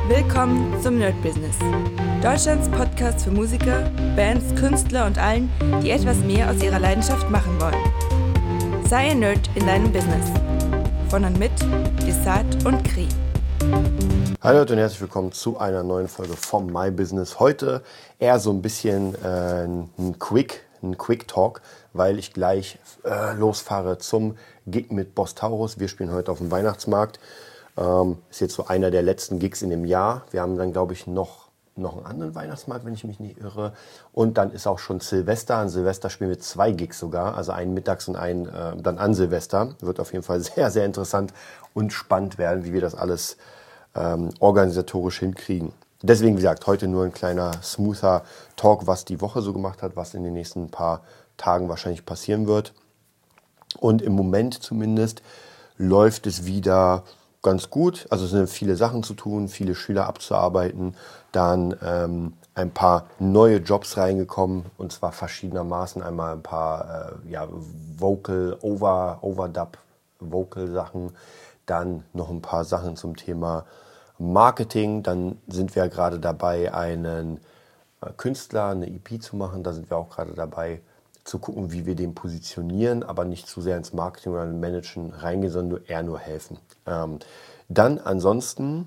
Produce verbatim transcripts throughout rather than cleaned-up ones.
Willkommen zum Nerd Business. Deutschlands Podcast für Musiker, Bands, Künstler und allen, die etwas mehr aus ihrer Leidenschaft machen wollen. Sei ein Nerd in deinem Business. Von und mit Desart und Kri. Hallo Leute und herzlich willkommen zu einer neuen Folge vom My Business. Heute eher so ein bisschen äh, ein Quick, ein Quick Talk, weil ich gleich äh, losfahre zum Gig mit Boss Taurus. Wir spielen heute auf dem Weihnachtsmarkt. Ähm, ist jetzt so einer der letzten Gigs in dem Jahr. Wir haben dann, glaube ich, noch, noch einen anderen Weihnachtsmarkt, wenn ich mich nicht irre. Und dann ist auch schon Silvester. An Silvester spielen wir zwei Gigs sogar, also einen mittags und einen äh, dann an Silvester. Wird auf jeden Fall sehr, sehr interessant und spannend werden, wie wir das alles ähm, organisatorisch hinkriegen. Deswegen, wie gesagt, heute nur ein kleiner, smoother Talk, was die Woche so gemacht hat, was in den nächsten paar Tagen wahrscheinlich passieren wird. Und im Moment zumindest läuft es wieder ganz gut. Also es sind viele Sachen zu tun, viele Schüler abzuarbeiten, dann ähm, ein paar neue Jobs reingekommen und zwar verschiedenermaßen. Einmal ein paar äh, ja, Vocal, Over, Overdub, Vocal Sachen, dann noch ein paar Sachen zum Thema Marketing. Dann sind wir gerade dabei, einen äh, Künstler, eine E P zu machen. Da sind wir auch gerade dabei, zu gucken, wie wir den positionieren, aber nicht zu sehr ins Marketing oder Managen reingehen, sondern eher nur helfen. Ähm, dann ansonsten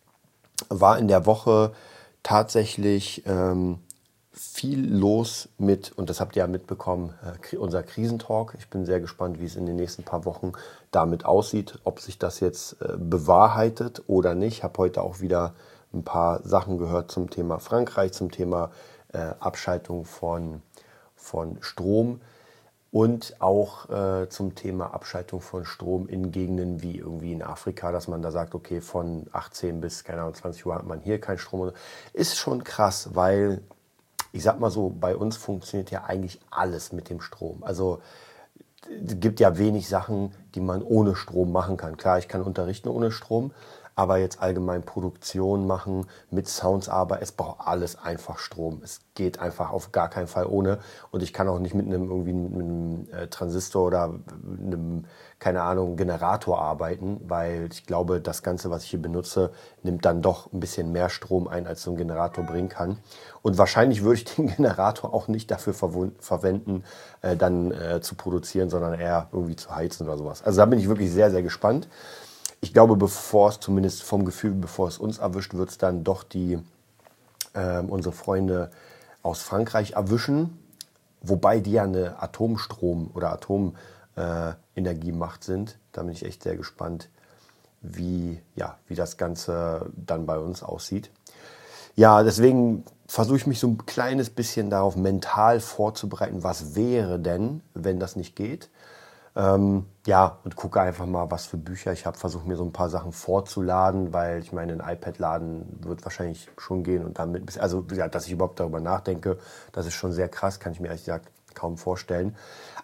war in der Woche tatsächlich ähm, viel los mit, und das habt ihr ja mitbekommen, äh, unser Krisentalk. Ich bin sehr gespannt, wie es in den nächsten paar Wochen damit aussieht, ob sich das jetzt äh, bewahrheitet oder nicht. Ich habe heute auch wieder ein paar Sachen gehört zum Thema Frankreich, zum Thema äh, Abschaltung von von Strom und auch äh, zum Thema Abschaltung von Strom in Gegenden wie irgendwie in Afrika, dass man da sagt, okay, von achtzehn bis, keine Ahnung, zwanzig Uhr hat man hier keinen Strom. Ist schon krass, weil, ich sag mal so, bei uns funktioniert ja eigentlich alles mit dem Strom. Also es gibt ja wenig Sachen, die man ohne Strom machen kann. Klar, ich kann unterrichten ohne Strom, aber jetzt allgemein Produktion machen, mit Sounds arbeiten, es braucht alles einfach Strom. Es geht einfach auf gar keinen Fall ohne. Und ich kann auch nicht mit einem irgendwie mit einem äh, Transistor oder einem, keine Ahnung, Generator arbeiten, weil ich glaube, das Ganze, was ich hier benutze, nimmt dann doch ein bisschen mehr Strom ein, als so ein Generator bringen kann. Und wahrscheinlich würde ich den Generator auch nicht dafür verw- verwenden, äh, dann äh, zu produzieren, sondern eher irgendwie zu heizen oder sowas. Also da bin ich wirklich sehr, sehr gespannt. Ich glaube, bevor es zumindest vom Gefühl, bevor es uns erwischt, wird es dann doch die äh, unsere Freunde aus Frankreich erwischen, wobei die ja eine Atomstrom- oder Atomenergiemacht äh, sind. Da bin ich echt sehr gespannt, wie, ja, wie das Ganze dann bei uns aussieht. Ja, deswegen versuche ich mich so ein kleines bisschen darauf mental vorzubereiten, was wäre denn, wenn das nicht geht. Ähm, ja, und gucke einfach mal, was für Bücher ich habe. Versuche mir so ein paar Sachen vorzuladen, weil ich meine, ein iPad laden wird wahrscheinlich schon gehen. Und damit, also ja, dass ich überhaupt darüber nachdenke, das ist schon sehr krass, kann ich mir ehrlich gesagt kaum vorstellen.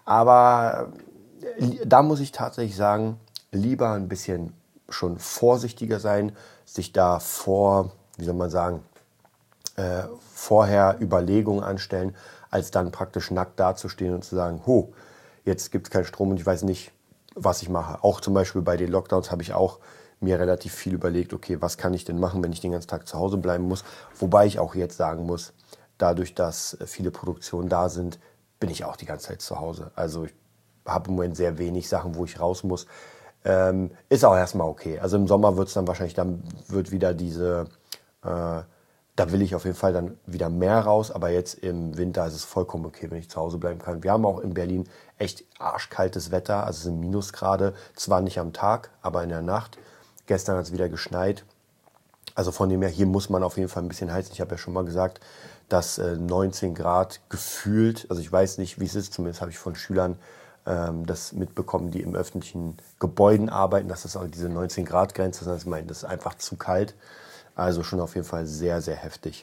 Aber äh, da muss ich tatsächlich sagen, lieber ein bisschen schon vorsichtiger sein, sich da vor, wie soll man sagen, äh, vorher Überlegungen anstellen, als dann praktisch nackt dazustehen und zu sagen, ho, jetzt gibt es keinen Strom und ich weiß nicht, was ich mache. Auch zum Beispiel bei den Lockdowns habe ich auch mir relativ viel überlegt, okay, was kann ich denn machen, wenn ich den ganzen Tag zu Hause bleiben muss. Wobei ich auch jetzt sagen muss, dadurch, dass viele Produktionen da sind, bin ich auch die ganze Zeit zu Hause. Also ich habe im Moment sehr wenig Sachen, wo ich raus muss. Ähm, ist auch erstmal okay. Also im Sommer wird es dann wahrscheinlich, dann wird wieder diese... Äh, Da will ich auf jeden Fall dann wieder mehr raus, aber jetzt im Winter ist es vollkommen okay, wenn ich zu Hause bleiben kann. Wir haben auch in Berlin echt arschkaltes Wetter, also es sind Minusgrade, zwar nicht am Tag, aber in der Nacht. Gestern hat es wieder geschneit. Also von dem her, hier muss man auf jeden Fall ein bisschen heizen. Ich habe ja schon mal gesagt, dass äh, neunzehn Grad gefühlt, also ich weiß nicht, wie es ist, zumindest habe ich von Schülern ähm, das mitbekommen, die im öffentlichen Gebäuden arbeiten, dass das auch diese neunzehn Grad Grenze ist. Also ich meine, das ist einfach zu kalt. Also schon auf jeden Fall sehr, sehr heftig.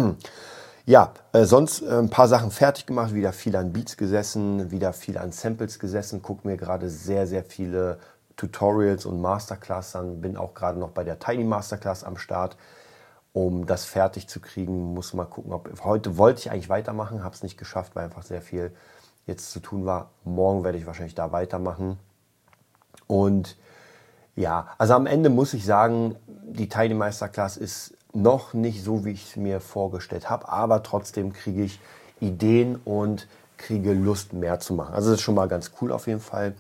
Ja, äh, sonst äh, ein paar Sachen fertig gemacht, wieder viel an Beats gesessen, wieder viel an Samples gesessen, gucke mir gerade sehr, sehr viele Tutorials und Masterclass an, bin auch gerade noch bei der Tiny Masterclass am Start, um das fertig zu kriegen. Muss mal gucken, ob heute wollte ich eigentlich weitermachen, habe es nicht geschafft, weil einfach sehr viel jetzt zu tun war. Morgen werde ich wahrscheinlich da weitermachen. Und ja, also am Ende muss ich sagen, die Tiny Masterclass ist noch nicht so, wie ich es mir vorgestellt habe, aber trotzdem kriege ich Ideen und kriege Lust, mehr zu machen. Also das ist schon mal ganz cool auf jeden Fall.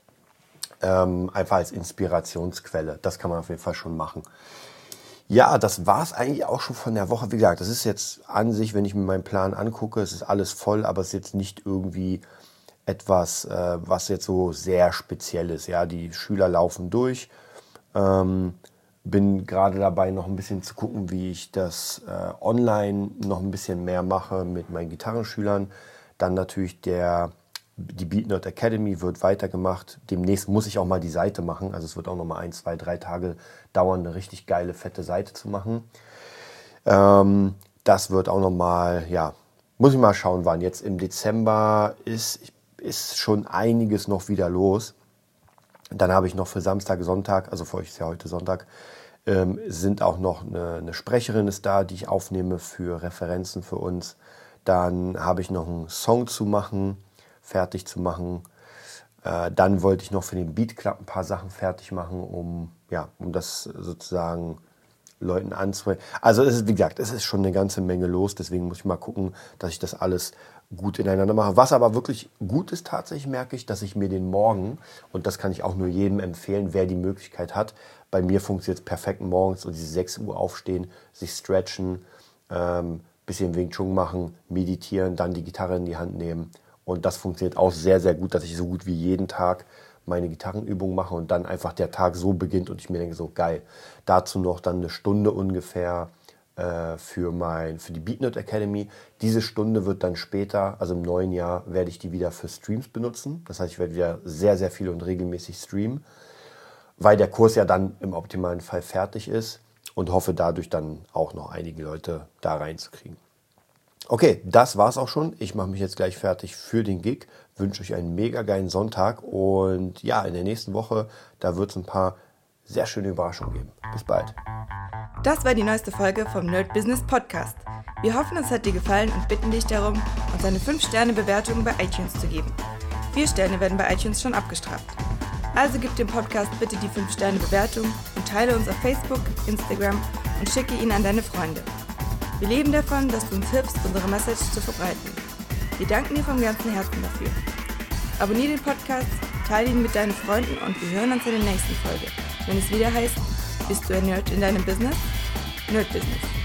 Ähm, einfach als Inspirationsquelle. Das kann man auf jeden Fall schon machen. Ja, das war es eigentlich auch schon von der Woche. Wie gesagt, das ist jetzt an sich, wenn ich mir meinen Plan angucke, es ist alles voll, aber es ist jetzt nicht irgendwie etwas, äh, was jetzt so sehr speziell ist. Ja, die Schüler laufen durch. Ähm, bin gerade dabei, noch ein bisschen zu gucken, wie ich das äh, online noch ein bisschen mehr mache mit meinen Gitarrenschülern. Dann natürlich der, die Beat Nerd Academy wird weitergemacht. Demnächst muss ich auch mal die Seite machen. Also es wird auch noch mal ein, zwei, drei Tage dauern, eine richtig geile, fette Seite zu machen. Ähm, das wird auch noch mal, ja, muss ich mal schauen, wann. Jetzt im Dezember ist, ist schon einiges noch wieder los. Dann habe ich noch für Samstag, Sonntag, also für euch ist ja heute Sonntag, ähm, sind auch noch eine, eine Sprecherin ist da, die ich aufnehme für Referenzen für uns. Dann habe ich noch einen Song zu machen, fertig zu machen. Äh, dann wollte ich noch für den Beat Club ein paar Sachen fertig machen, um, ja, um das sozusagen Leuten anzuhören. Also es ist, wie gesagt, es ist schon eine ganze Menge los, deswegen muss ich mal gucken, dass ich das alles gut ineinander mache. Was aber wirklich gut ist tatsächlich, merke ich, dass ich mir den Morgen, und das kann ich auch nur jedem empfehlen, wer die Möglichkeit hat, bei mir funktioniert es perfekt morgens, um diese sechs Uhr aufstehen, sich stretchen, ähm, bisschen Wing Chun machen, meditieren, dann die Gitarre in die Hand nehmen. Und das funktioniert auch sehr, sehr gut, dass ich so gut wie jeden Tag meine Gitarrenübungen mache und dann einfach der Tag so beginnt und ich mir denke, so geil. Dazu noch dann eine Stunde ungefähr äh, für, mein, für die Beat Nerd Academy. Diese Stunde wird dann später, also im neuen Jahr, werde ich die wieder für Streams benutzen. Das heißt, ich werde wieder sehr, sehr viel und regelmäßig streamen, weil der Kurs ja dann im optimalen Fall fertig ist und hoffe dadurch dann auch noch einige Leute da reinzukriegen. Okay, das war's auch schon. Ich mache mich jetzt gleich fertig für den Gig. Wünsche euch einen mega geilen Sonntag und ja, in der nächsten Woche, da wird es ein paar sehr schöne Überraschungen geben. Bis bald. Das war die neueste Folge vom Nerd Business Podcast. Wir hoffen, es hat dir gefallen und bitten dich darum, uns eine fünf Sterne Bewertung bei iTunes zu geben. vier Sterne werden bei iTunes schon abgestraft. Also gib dem Podcast bitte die fünf Sterne Bewertung und teile uns auf Facebook, Instagram und schicke ihn an deine Freunde. Wir leben davon, dass du uns hilfst, unsere Message zu verbreiten. Wir danken dir vom ganzen Herzen dafür. Abonnier den Podcast, teile ihn mit deinen Freunden und wir hören uns in der nächsten Folge, wenn es wieder heißt, bist du ein Nerd in deinem Business? Nerd Business.